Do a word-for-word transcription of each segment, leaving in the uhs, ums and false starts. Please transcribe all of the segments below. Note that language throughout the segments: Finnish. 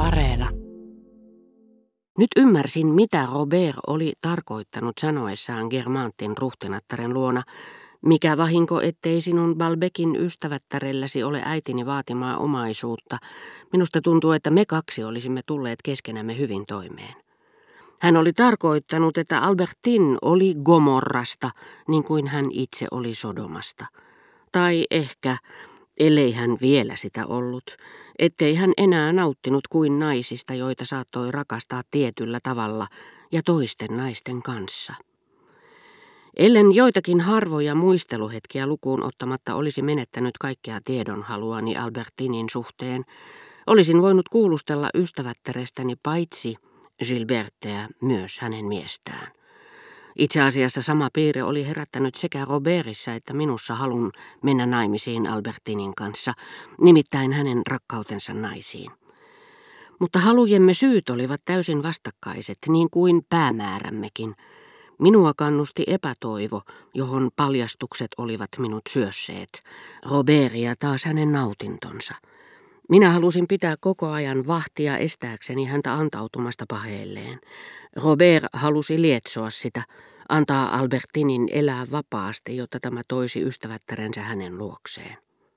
Areena. Nyt ymmärsin, mitä Robert oli tarkoittanut sanoessaan Guermantin ruhtinattaren luona. Mikä vahinko, ettei sinun Balbecin ystävättärelläsi ole äitini vaatimaa omaisuutta. Minusta tuntuu, että me kaksi olisimme tulleet keskenämme hyvin toimeen. Hän oli tarkoittanut, että Albertine oli Gomorrasta, niin kuin hän itse oli Sodomasta. Tai ehkä, ellei hän vielä sitä ollut, ettei hän enää nauttinut kuin naisista, joita saattoi rakastaa tietyllä tavalla ja toisten naisten kanssa. Ellen joitakin harvoja muisteluhetkiä lukuun ottamatta olisi menettänyt kaikkea tiedonhaluani Albertinin suhteen, olisin voinut kuulustella ystävättärestäni paitsi Gilberteä myös hänen miestään. Itse asiassa sama piirre oli herättänyt sekä Robertissa että minussa halun mennä naimisiin Albertinin kanssa, nimittäin hänen rakkautensa naisiin. Mutta halujemme syyt olivat täysin vastakkaiset, niin kuin päämäärämmekin. Minua kannusti epätoivo, johon paljastukset olivat minut syösseet. Robertia taas hänen nautintonsa. Minä halusin pitää koko ajan vahtia estääkseni häntä antautumasta paheelleen. Robert halusi lietsoa sitä, antaa Albertinin elää vapaasti, jotta tämä toisi ystävättärensä hänen luokseen.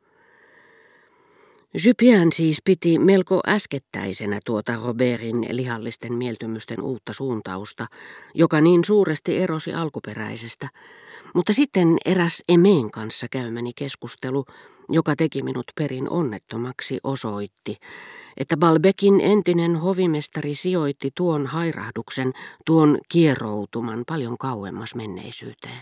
Jupien siis piti melko äskettäisenä tuota Robertin lihallisten mieltymysten uutta suuntausta, joka niin suuresti erosi alkuperäisestä, mutta sitten eräs Emeen kanssa käymäni keskustelu, joka teki minut perin onnettomaksi, osoitti, että Balbecin entinen hovimestari sijoitti tuon hairahduksen, tuon kieroutuman paljon kauemmas menneisyyteen.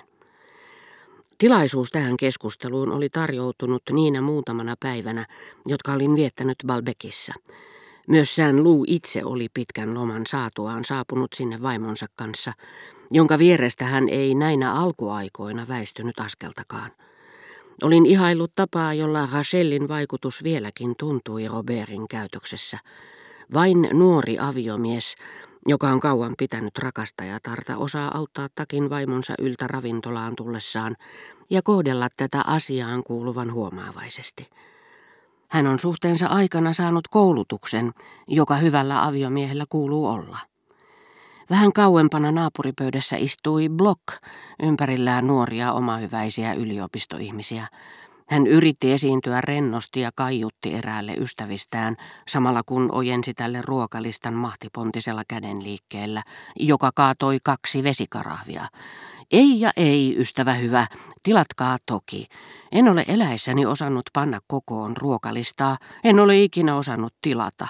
Tilaisuus tähän keskusteluun oli tarjoutunut niinä muutamana päivänä, jotka olin viettänyt Balbecissa. Myös Saint-Loup itse oli pitkän loman saatuaan saapunut sinne vaimonsa kanssa, jonka vierestä hän ei näinä alkuaikoina väistynyt askeltakaan. Olin ihaillut tapaa, jolla Rachelin vaikutus vieläkin tuntui Robertin käytöksessä. Vain nuori aviomies, joka on kauan pitänyt rakastajatarta, osaa auttaa takin vaimonsa yltä ravintolaan tullessaan ja kohdella tätä asiaan kuuluvan huomaavaisesti. Hän on suhteensa aikana saanut koulutuksen, joka hyvällä aviomiehellä kuuluu olla. Vähän kauempana naapuripöydässä istui Block, ympärillään nuoria omahyväisiä yliopistoihmisiä. Hän yritti esiintyä rennosti ja kaiutti eräälle ystävistään, samalla kun ojensi tälle ruokalistan mahtipontisella kädenliikkeellä, joka kaatoi kaksi vesikarahvia. Ei ja ei, ystävä hyvä, tilatkaa toki. En ole eläissäni osannut panna kokoon ruokalistaa, en ole ikinä osannut tilata.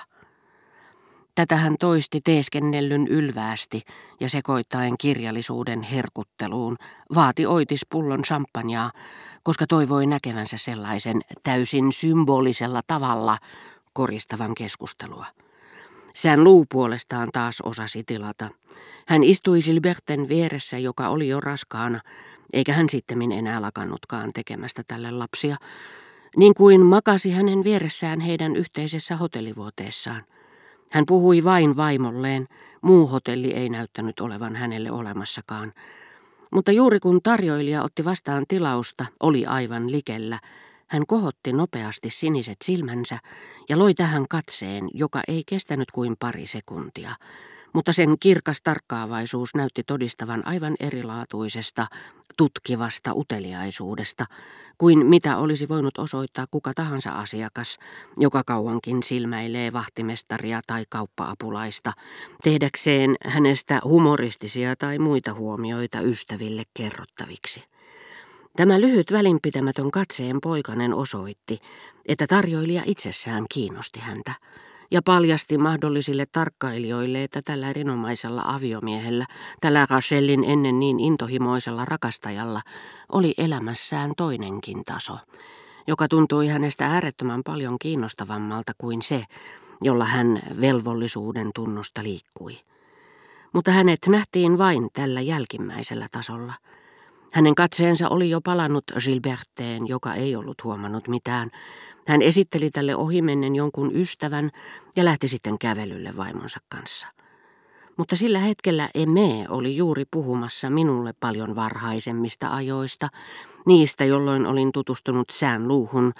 Tätä hän toisti teeskennellyn ylväästi ja sekoittaen kirjallisuuden herkutteluun, vaati oitispullon champagnea, koska toivoi näkevänsä sellaisen täysin symbolisella tavalla koristavan keskustelua. Saint-Loup puolestaan taas osasi tilata. Hän istui Gilberten vieressä, joka oli jo raskaana, eikä hän sittemmin enää lakannutkaan tekemästä tälle lapsia, niin kuin makasi hänen vieressään heidän yhteisessä hotellivuoteessaan. Hän puhui vain vaimolleen, muu hotelli ei näyttänyt olevan hänelle olemassakaan. Mutta juuri kun tarjoilija otti vastaan tilausta, oli aivan likellä, hän kohotti nopeasti siniset silmänsä ja loi tähän katseen, joka ei kestänyt kuin pari sekuntia. Mutta sen kirkas tarkkaavaisuus näytti todistavan aivan erilaatuisesta, tutkivasta uteliaisuudesta, kuin mitä olisi voinut osoittaa kuka tahansa asiakas, joka kauankin silmäilee vahtimestaria tai kauppa-apulaista, tehdäkseen hänestä humoristisia tai muita huomioita ystäville kerrottaviksi. Tämä lyhyt välinpitämätön katseen poikanen osoitti, että tarjoilija itsessään kiinnosti häntä, ja paljasti mahdollisille tarkkailijoille, että tällä erinomaisella aviomiehellä, tällä Rachelin ennen niin intohimoisella rakastajalla, oli elämässään toinenkin taso, joka tuntui hänestä äärettömän paljon kiinnostavammalta kuin se, jolla hän velvollisuuden tunnosta liikkui. Mutta hänet nähtiin vain tällä jälkimmäisellä tasolla. Hänen katseensa oli jo palannut Gilberteen, joka ei ollut huomannut mitään. Hän esitteli tälle ohimennen jonkun ystävän ja lähti sitten kävelylle vaimonsa kanssa. Mutta sillä hetkellä Aimée oli juuri puhumassa minulle paljon varhaisemmista ajoista, niistä jolloin olin tutustunut Saint-Louphun,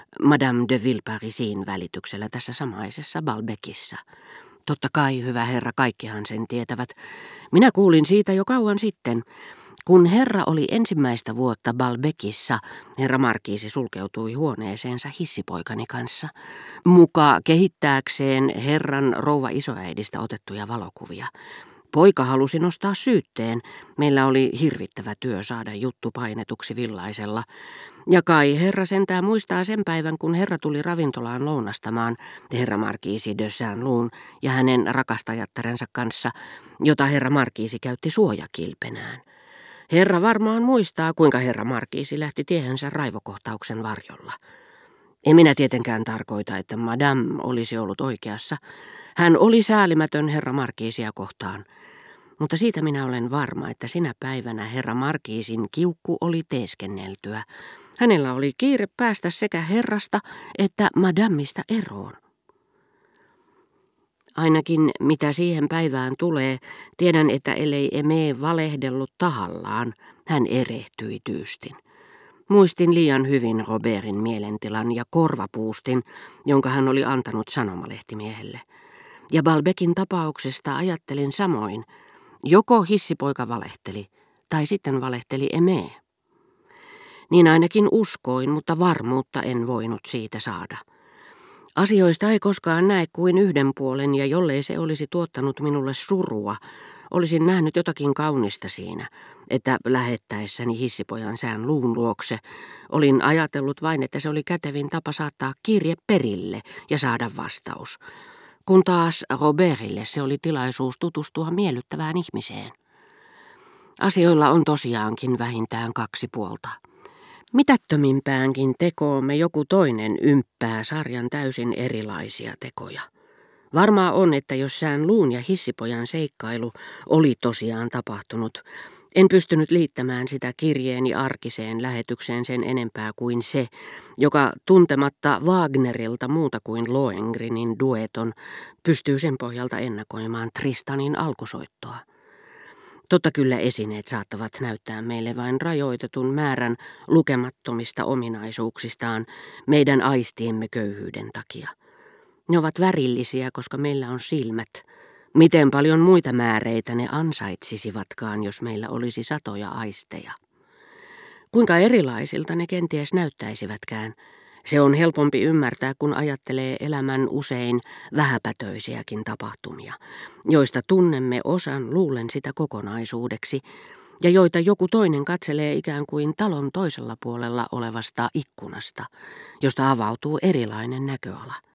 Madame de Villeparisin välityksellä tässä samaisessa Balbecissa. Totta kai, hyvä herra, kaikkihan sen tietävät. Minä kuulin siitä jo kauan sitten. Kun herra oli ensimmäistä vuotta Balbecissa, herra Markiisi sulkeutui huoneeseensa hissipoikani kanssa, muka kehittääkseen herran rouva isoäidistä otettuja valokuvia. Poika halusi nostaa syytteen. Meillä oli hirvittävä työ saada juttu painetuksi villaisella. Ja kai herra sentään muistaa sen päivän, kun herra tuli ravintolaan lounastamaan herra Markiisi de Saint-Lun ja hänen rakastajattarensa kanssa, jota herra Markiisi käytti suojakilpenään. Herra varmaan muistaa, kuinka herra Markiisi lähti tiehensä raivokohtauksen varjolla. En minä tietenkään tarkoita, että Madame olisi ollut oikeassa. Hän oli säälimätön herra Markiisia kohtaan. Mutta siitä minä olen varma, että sinä päivänä herra Markiisin kiukku oli teeskenneltyä. Hänellä oli kiire päästä sekä herrasta että Madamista eroon. Ainakin mitä siihen päivään tulee, tiedän, että ellei Aimé valehdellut tahallaan, hän erehtyi tyystin. Muistin liian hyvin Robertin mielentilan ja korvapuustin, jonka hän oli antanut sanomalehtimieelle. Ja Balbecin tapauksesta ajattelin samoin. Joko hissipoika valehteli, tai sitten valehteli Aimé. Niin ainakin uskoin, mutta varmuutta en voinut siitä saada. Asioista ei koskaan näe kuin yhden puolen, ja jollei se olisi tuottanut minulle surua, olisin nähnyt jotakin kaunista siinä, että lähettäessäni hissipojan sään luun luokse olin ajatellut vain, että se oli kätevin tapa saattaa kirje perille ja saada vastaus, kun taas Robertille se oli tilaisuus tutustua miellyttävään ihmiseen. Asioilla on tosiaankin vähintään kaksi puolta. Mitättömimpäänkin tekoomme joku toinen ymppää sarjan täysin erilaisia tekoja. Varmaa on, että jos Saint-Lun ja hissipojan seikkailu oli tosiaan tapahtunut, en pystynyt liittämään sitä kirjeeni arkiseen lähetykseen sen enempää kuin se, joka tuntematta Wagnerilta muuta kuin Lohengrinin dueton pystyy sen pohjalta ennakoimaan Tristanin alkusoittoa. Totta kyllä esineet saattavat näyttää meille vain rajoitetun määrän lukemattomista ominaisuuksistaan meidän aistiemme köyhyyden takia. Ne ovat värillisiä, koska meillä on silmät. Miten paljon muita määreitä ne ansaitsisivatkaan, jos meillä olisi satoja aisteja? Kuinka erilaisilta ne kenties näyttäisivätkään? Se on helpompi ymmärtää, kun ajattelee elämän usein vähäpätöisiäkin tapahtumia, joista tunnemme osan luulen sitä kokonaisuudeksi, ja joita joku toinen katselee ikään kuin talon toisella puolella olevasta ikkunasta, josta avautuu erilainen näköala.